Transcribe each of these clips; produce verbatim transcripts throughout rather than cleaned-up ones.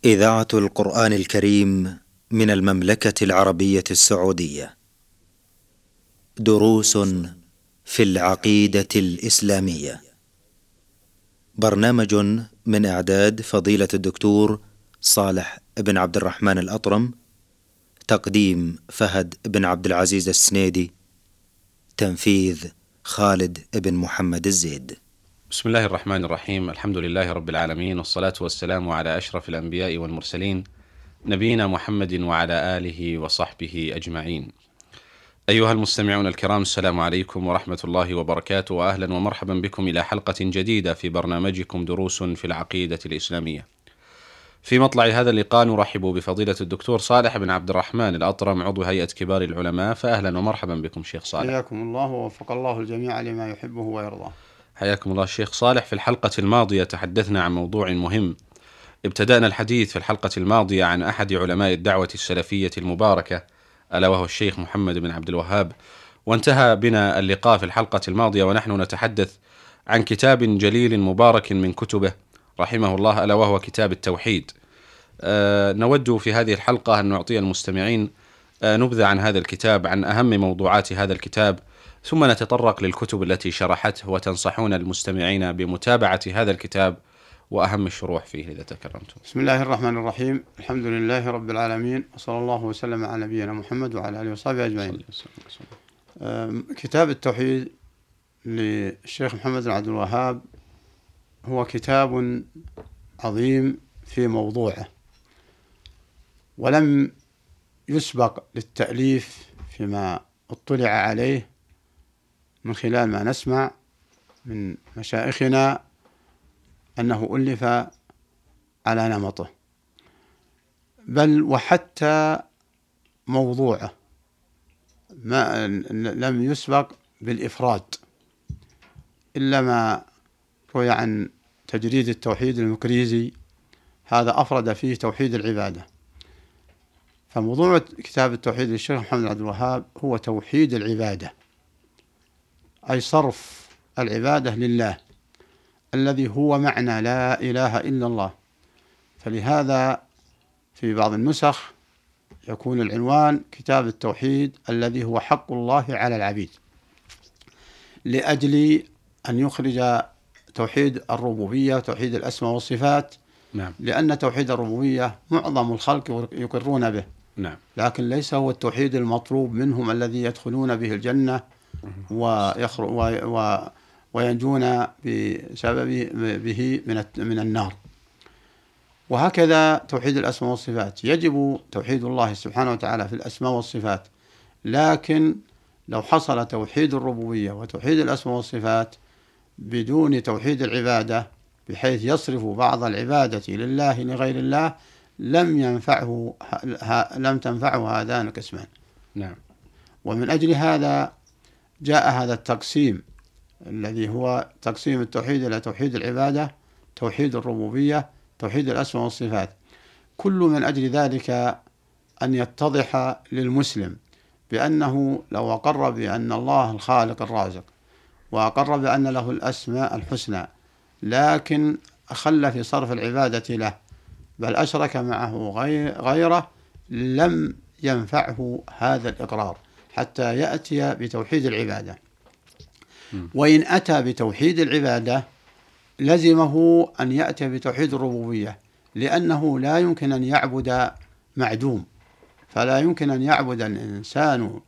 إذاعة القرآن الكريم من المملكة العربية السعودية. دروس في العقيدة الإسلامية. برنامج من إعداد فضيلة الدكتور صالح بن عبد الرحمن الأطرم. تقديم فهد بن عبد العزيز السنيدي. تنفيذ خالد بن محمد الزيد. بسم الله الرحمن الرحيم. الحمد لله رب العالمين، والصلاة والسلام على أشرف الأنبياء والمرسلين، نبينا محمد وعلى آله وصحبه أجمعين. أيها المستمعون الكرام، السلام عليكم ورحمة الله وبركاته، وأهلا ومرحبا بكم إلى حلقة جديدة في برنامجكم دروس في العقيدة الإسلامية. في مطلع هذا اللقاء نرحب بفضيلة الدكتور صالح بن عبد الرحمن الأطرم، عضو هيئة كبار العلماء، فأهلا ومرحبا بكم شيخ صالح. حياكم الله ووفق الله الجميع لما يحبه ويرضاه. حياكم الله شيخ صالح. في الحلقة الماضية تحدثنا عن موضوع مهم. ابتدأنا الحديث في الحلقة الماضية عن أحد علماء الدعوة السلفية المباركة، ألا وهو الشيخ محمد بن عبد الوهاب، وانتهى بنا اللقاء في الحلقة الماضية ونحن نتحدث عن كتاب جليل مبارك من كتبه رحمه الله، ألا وهو كتاب التوحيد. أه نود في هذه الحلقة أن نعطي المستمعين أه نبذة عن هذا الكتاب، عن أهم موضوعات هذا الكتاب، ثم نتطرق للكتب التي شرحته، وتنصحون المستمعين بمتابعة هذا الكتاب وأهم الشروح فيه إذا تكرمتم. بسم الله الرحمن الرحيم. الحمد لله رب العالمين، وصلى الله وسلم على نبينا محمد وعلى آله وصحبه أجمعين. كتاب التوحيد للشيخ محمد بن عبد الوهاب هو كتاب عظيم في موضوعه، ولم يسبق للتأليف فيما اطلع عليه من خلال ما نسمع من مشايخنا أنه ألف على نمطه، بل وحتى موضوعه ما لم يسبق بالإفراد، إلا ما روي عن تجريد التوحيد المكريزي، هذا أفرد فيه توحيد العبادة. فموضوع كتاب التوحيد للشيخ محمد بن عبد الوهاب هو توحيد العبادة، أي صرف العبادة لله الذي هو معنى لا إله إلا الله. فلهذا في بعض النسخ يكون العنوان كتاب التوحيد الذي هو حق الله على العبيد، لأجل أن يخرج توحيد الربوبية وتوحيد الأسماء والصفات. نعم. لأن توحيد الربوبية معظم الخلق يقرون به، نعم. لكن ليس هو التوحيد المطلوب منهم الذي يدخلون به الجنة ويخرج و وينجون بسبب به من من النار. وهكذا توحيد الأسماء والصفات، يجب توحيد الله سبحانه وتعالى في الأسماء والصفات، لكن لو حصل توحيد الربوبية وتوحيد الأسماء والصفات بدون توحيد العبادة، بحيث يصرف بعض العبادة لله لغير الله، لم ينفعه لم تنفعه هذان القسمان. نعم. ومن أجل هذا جاء هذا التقسيم الذي هو تقسيم التوحيد إلى توحيد العبادة، توحيد الربوبية، توحيد الأسماء والصفات، كل من أجل ذلك أن يتضح للمسلم بأنه لو أقر بأن الله الخالق الرازق، وأقر بأن له الأسماء الحسنى، لكن أخل في صرف العبادة له، بل أشرك معه غيره، لم ينفعه هذا الإقرار حتى يأتي بتوحيد العبادة. وإن أتى بتوحيد العبادة لزمه أن يأتي بتوحيد الربوبية، لأنه لا يمكن أن يعبد معدوم، فلا يمكن أن يعبد الإنسان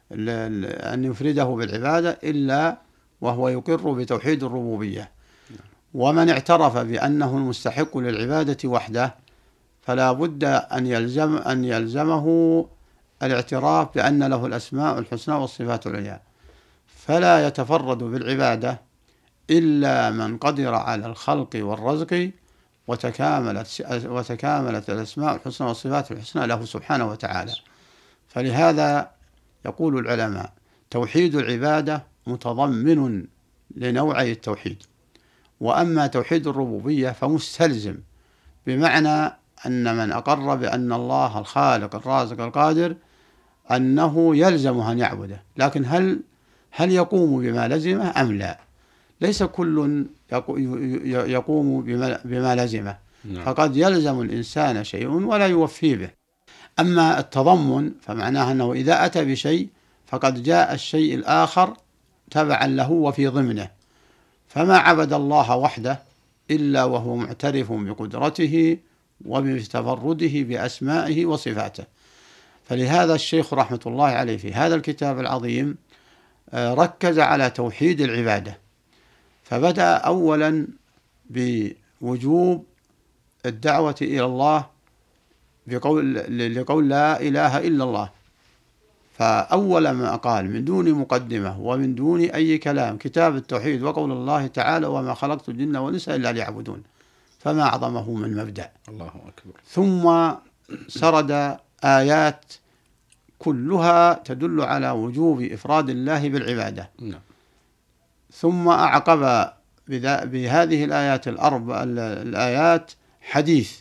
أن يفرده بالعبادة إلا وهو يقر بتوحيد الربوبية. ومن اعترف بأنه المستحق للعبادة وحده فلا بد أن يلزم أن يلزمه الاعتراف بأن له الأسماء الحسنى والصفات العليا، فلا يتفرد بالعبادة إلا من قدر على الخلق والرزق وتكاملت وتكاملت الأسماء الحسنى والصفات الحسنى له سبحانه وتعالى. فلهذا يقول العلماء توحيد العبادة متضمن لنوعي التوحيد، وأما توحيد الربوبية فمستلزم، بمعنى أن من أقر بأن الله الخالق الرازق القادر أنه يلزمه أن يعبده، لكن هل هل يقوم بما لزمه أم لا؟ ليس كل يقوم بما لزمه، نعم. فقد يلزم الإنسان شيء ولا يوفي به. أما التضمن فمعناه أنه إذا أتى بشيء فقد جاء الشيء الآخر تبعا له وفي ضمنه، فما عبد الله وحده إلا وهو معترف بقدرته وبتفرده بأسمائه وصفاته. فلهذا الشيخ رحمة الله عليه في هذا الكتاب العظيم ركز على توحيد العبادة، فبدأ أولا بوجوب الدعوة إلى الله بقول لقول لا إله إلا الله، فأول ما قال من دون مقدمة ومن دون أي كلام كتاب التوحيد وقول الله تعالى وما خلقت الجن والإنس إلا ليعبدون، فما أعظمه من مبدأ. الله أكبر. ثم سرد آيات كلها تدل على وجوب إفراد الله بالعبادة. نعم. ثم أعقب بهذه الآيات الأربع الآيات حديث،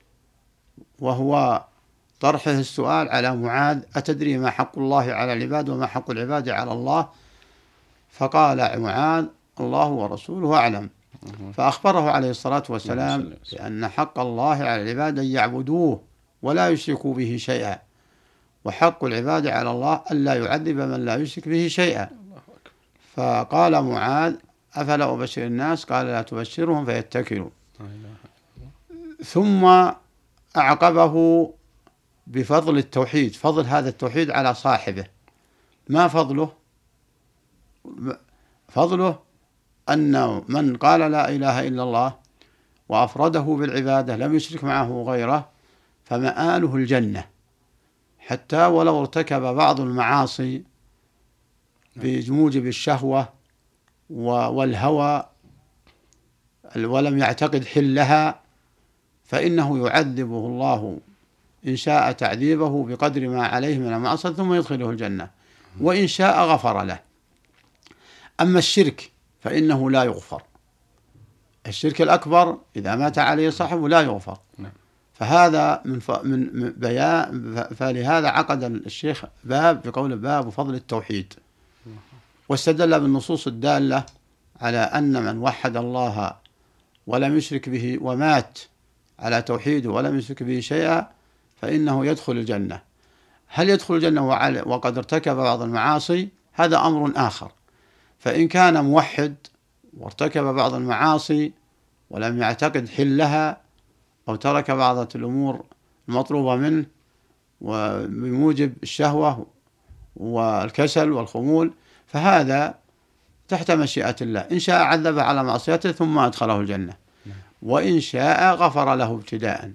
وهو طرحه السؤال على معاذ أتدري ما حق الله على العباد وما حق العباد على الله؟ فقال معاذ الله ورسوله أعلم، فأخبره عليه الصلاة والسلام بأن حق الله على العباد أن يعبدوه ولا يشركوا به شيئا، وحق العباد على الله ألا يعذب من لا يشرك به شيئا. فقال معاذ أفلا أبشر الناس؟ قال لا تبشرهم فيتكلوا. ثم أعقبه بفضل التوحيد، فضل هذا التوحيد على صاحبه. ما فضله؟ فضله أن من قال لا إله إلا الله وأفرده بالعبادة لم يشرك معه غيره فمآله الجنة، حتى ولو ارتكب بعض المعاصي بموجب الشهوة والهوى ولم يعتقد حلها فإنه يعذبه الله إن شاء تعذيبه بقدر ما عليه من المعصية ثم يدخله الجنة، وإن شاء غفر له. أما الشرك فإنه لا يغفر، الشرك الأكبر إذا مات عليه صاحبه لا يغفر. فهذا من من بيان، فلهذا عقد الشيخ باب بقول باب فضل التوحيد، واستدل بالنصوص الدالة على أن من وحد الله ولم يشرك به ومات على توحيده ولم يشرك به شيئا فإنه يدخل الجنة. هل يدخل الجنة وقد ارتكب بعض المعاصي؟ هذا أمر آخر. فإن كان موحد وارتكب بعض المعاصي ولم يعتقد حلها أو ترك بعض الأمور المطلوبة منه وبموجب الشهوة والكسل والخمول، فهذا تحت مشيئة الله، إن شاء عذب على معصيته ثم أدخله الجنة، وإن شاء غفر له ابتداء.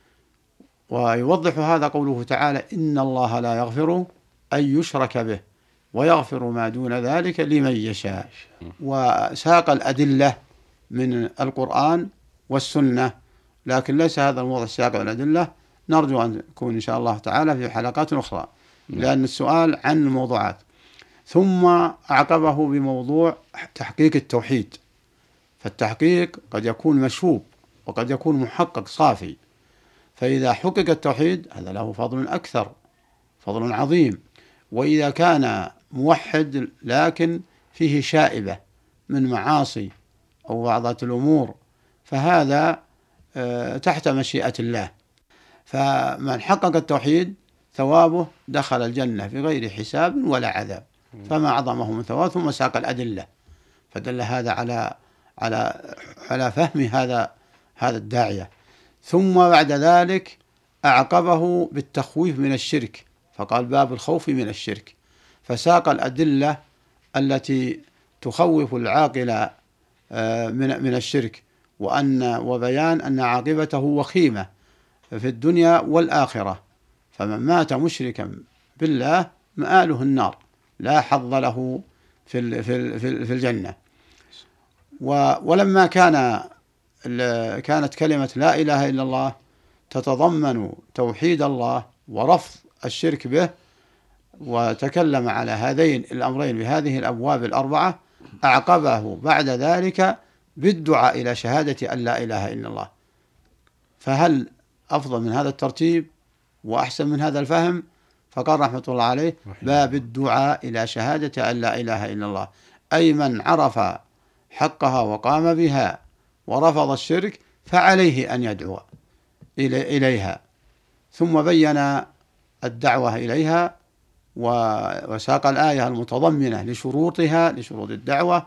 ويوضح هذا قوله تعالى إن الله لا يغفر أن يشرك به ويغفر ما دون ذلك لمن يشاء. وساق الأدلة من القرآن والسنة، لكن ليس هذا الموضوع سياق الأدلة، نرجو أن يكون إن شاء الله تعالى في حلقات أخرى لأن السؤال عن الموضوعات. ثم أعقبه بموضوع تحقيق التوحيد، فالتحقيق قد يكون مشهوب وقد يكون محقق صافي، فإذا حقق التوحيد هذا له فضل أكثر، فضل عظيم. وإذا كان موحد لكن فيه شائبة من معاصي أو بعض الأمور فهذا تحت مشيئة الله. فمن حقق التوحيد ثوابه دخل الجنة بغير حساب ولا عذاب، فما أعظمه من ثواب. ثم ساق الأدلة فدل هذا على على على فهم هذا هذا الداعية. ثم بعد ذلك أعقبه بالتخويف من الشرك، فقال باب الخوف من الشرك، فساق الأدلة التي تخوف العاقل من من الشرك، وأن وبيان أن عاقبته وخيمة في الدنيا والآخرة، فمن مات مشركا بالله مآله النار لا حظ له في في في الجنة. ولما كان كانت كلمة لا إله إلا الله تتضمن توحيد الله ورفض الشرك به، وتكلم على هذين الأمرين بهذه الأبواب الأربعة، أعقبه بعد ذلك بالدعاء إلى شهادة أن لا إله إلا الله. فهل أفضل من هذا الترتيب وأحسن من هذا الفهم؟ فقال رحمة الله عليه باب الدعاء إلى شهادة أن لا إله إلا الله، أي من عرف حقها وقام بها ورفض الشرك فعليه أن يدعو إليها. ثم بين الدعوة إليها وساق الآية المتضمنة لشروطها لشروط الدعوة،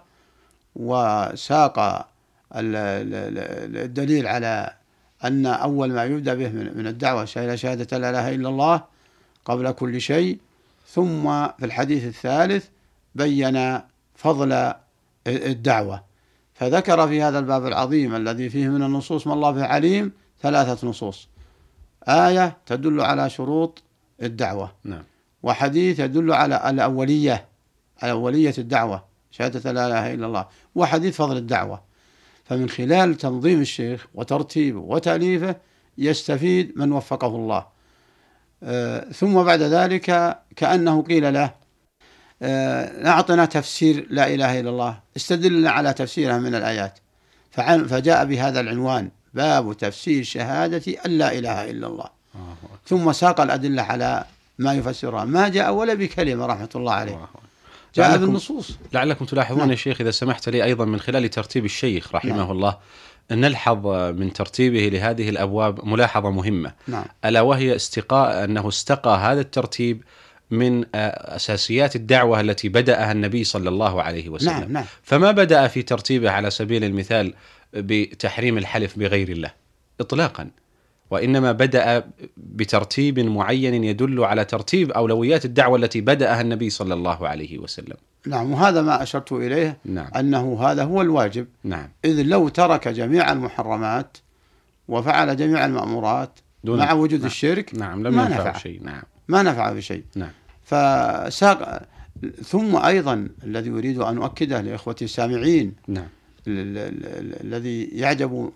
وساق الدليل على أن أول ما يبدأ به من الدعوة شهادة لا إله إلا الله قبل كل شيء. ثم في الحديث الثالث بين فضل الدعوة، فذكر في هذا الباب العظيم الذي فيه من النصوص ما الله به عليم ثلاثة نصوص: آية تدل على شروط الدعوة، نعم. وحديث يدل على الأولية على أولية الدعوة شهادة لا إله إلا الله، وحديث فضل الدعوة. فمن خلال تنظيم الشيخ وترتيبه وتأليفه يستفيد من وفقه الله. آه ثم بعد ذلك كأنه قيل له آه أعطنا تفسير لا إله إلا الله، استدلنا على تفسيرها من الآيات، فجاء بهذا العنوان: باب تفسير شهادة أن لا إله إلا الله. آه. ثم ساق الأدلة على ما يفسرها، ما جاء ولا بكلمة رحمة الله عليه، آه. جاء لعلكم بالنصوص. لعلكم تلاحظون نعم. يا شيخ إذا سمحت لي أيضا من خلال ترتيب الشيخ رحمه نعم. الله نلحظ من ترتيبه لهذه الأبواب ملاحظة مهمة، نعم. ألا وهي استقاء أنه استقى هذا الترتيب من أساسيات الدعوة التي بدأها النبي صلى الله عليه وسلم. نعم. نعم. فما بدأ في ترتيبه على سبيل المثال بتحريم الحلف بغير الله إطلاقا، وإنما بدأ بترتيب معين يدل على ترتيب أولويات الدعوة التي بدأها النبي صلى الله عليه وسلم. نعم. وهذا ما أشرت إليه. نعم. أنه هذا هو الواجب. نعم. إذ لو ترك جميع المحرمات وفعل جميع المأمورات مع وجود نعم. الشرك نعم لم ينفع شيء. نعم. ما نفع بشيء. نعم. فساق. ثم أيضا الذي أريد أن أؤكده لإخوتي السامعين، نعم. الذي يعجب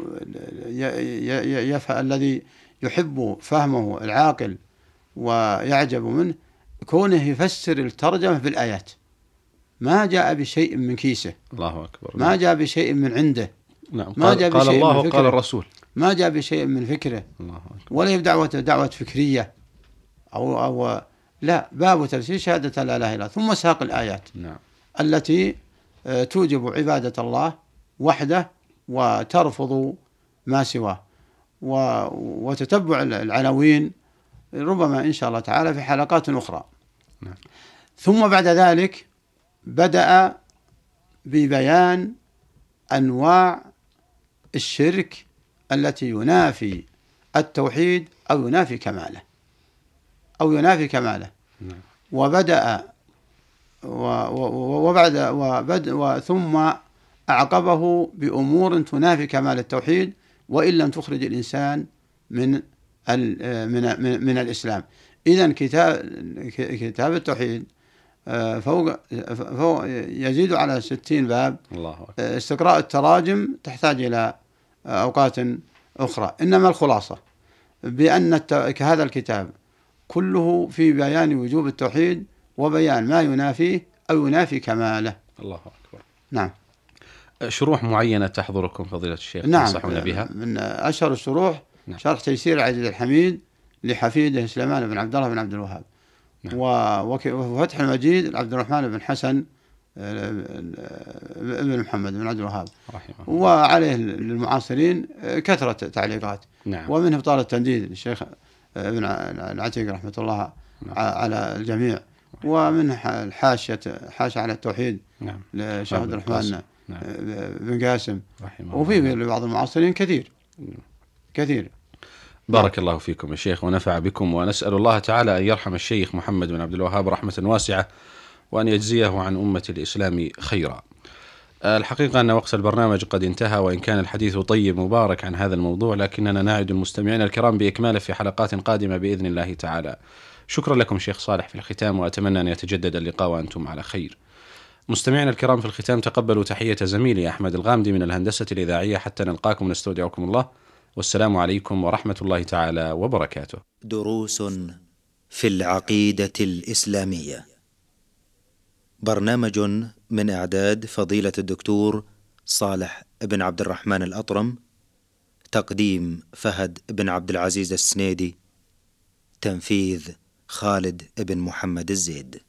الذي يحب فهمه العاقل ويعجب منه كونه يفسر الترجمة بالآيات، ما جاء بشيء من كيسه. الله أكبر. ما جاء بشيء من عنده. نعم. ما جاء قال بشيء الله من وقال الرسول. ما جاء بشيء من فكره. الله أكبر. ولا دعوة دعوة فكرية أو أو لا، باب تفسير شهادة لا إله إلا الله. ثم ساق الآيات نعم. التي توجب عبادة الله وحده وترفض ما سواه، وتتبع العناوين ربما إن شاء الله تعالى في حلقات أخرى. نعم. ثم بعد ذلك بدأ ببيان أنواع الشرك التي ينافي التوحيد أو ينافي كماله أو ينافي كماله. نعم. وبدأ وبعد وبدأ ثم أعقبه بأمور تنافي كمال التوحيد وإن لم تخرج الإنسان من من من الإسلام. إذن كتاب كتاب التوحيد فوق فوق يزيد على ستين باب. الله أكبر. استقراء التراجم تحتاج إلى أوقات أخرى، إنما الخلاصة بأن هذا الكتاب كله في بيان وجوب التوحيد وبيان ما ينافيه أو ينافي كماله. الله أكبر. نعم. شروح معينة تحضركم فضيلة الشيخ نعم. تنصحون بها؟ من أشهر الشروح نعم. شرح تيسير العزيز الحميد لحفيده سليمان بن عبد الله بن عبد الوهاب. نعم. وفتح المجيد لعبد الرحمن بن حسن ابن محمد بن عبد الوهاب رحمه. وعليه للمعاصرين كثرة تعليقات. نعم. ومنه بطالة التنديد للشيخ ابن العتيق رحمة الله نعم. على الجميع، ومن الحاشية حاشية على التوحيد نعم. للشيخ عبد الرحمن نعم. بن قاسم رحمه. وفي لبعض المعاصرين كثير كثير. بارك الله فيكم يا شيخ ونفع بكم، ونسأل الله تعالى أن يرحم الشيخ محمد بن عبد الوهاب رحمة واسعة وأن يجزيه عن أمة الإسلام خيرا. الحقيقة أن وقت البرنامج قد انتهى، وإن كان الحديث طيب مبارك عن هذا الموضوع، لكننا نعد المستمعين الكرام بإكماله في حلقات قادمة بإذن الله تعالى. شكرا لكم شيخ صالح في الختام، وأتمنى أن يتجدد اللقاء وأنتم على خير. مستمعين الكرام في الختام تقبلوا تحية زميلي أحمد الغامدي من الهندسة الإذاعية، حتى نلقاكم نستودعكم الله، والسلام عليكم ورحمة الله تعالى وبركاته. دروس في العقيدة الإسلامية، برنامج من إعداد فضيلة الدكتور صالح بن عبد الرحمن الأطرم، تقديم فهد بن عبد العزيز السنيدي، تنفيذ خالد بن محمد الزيد.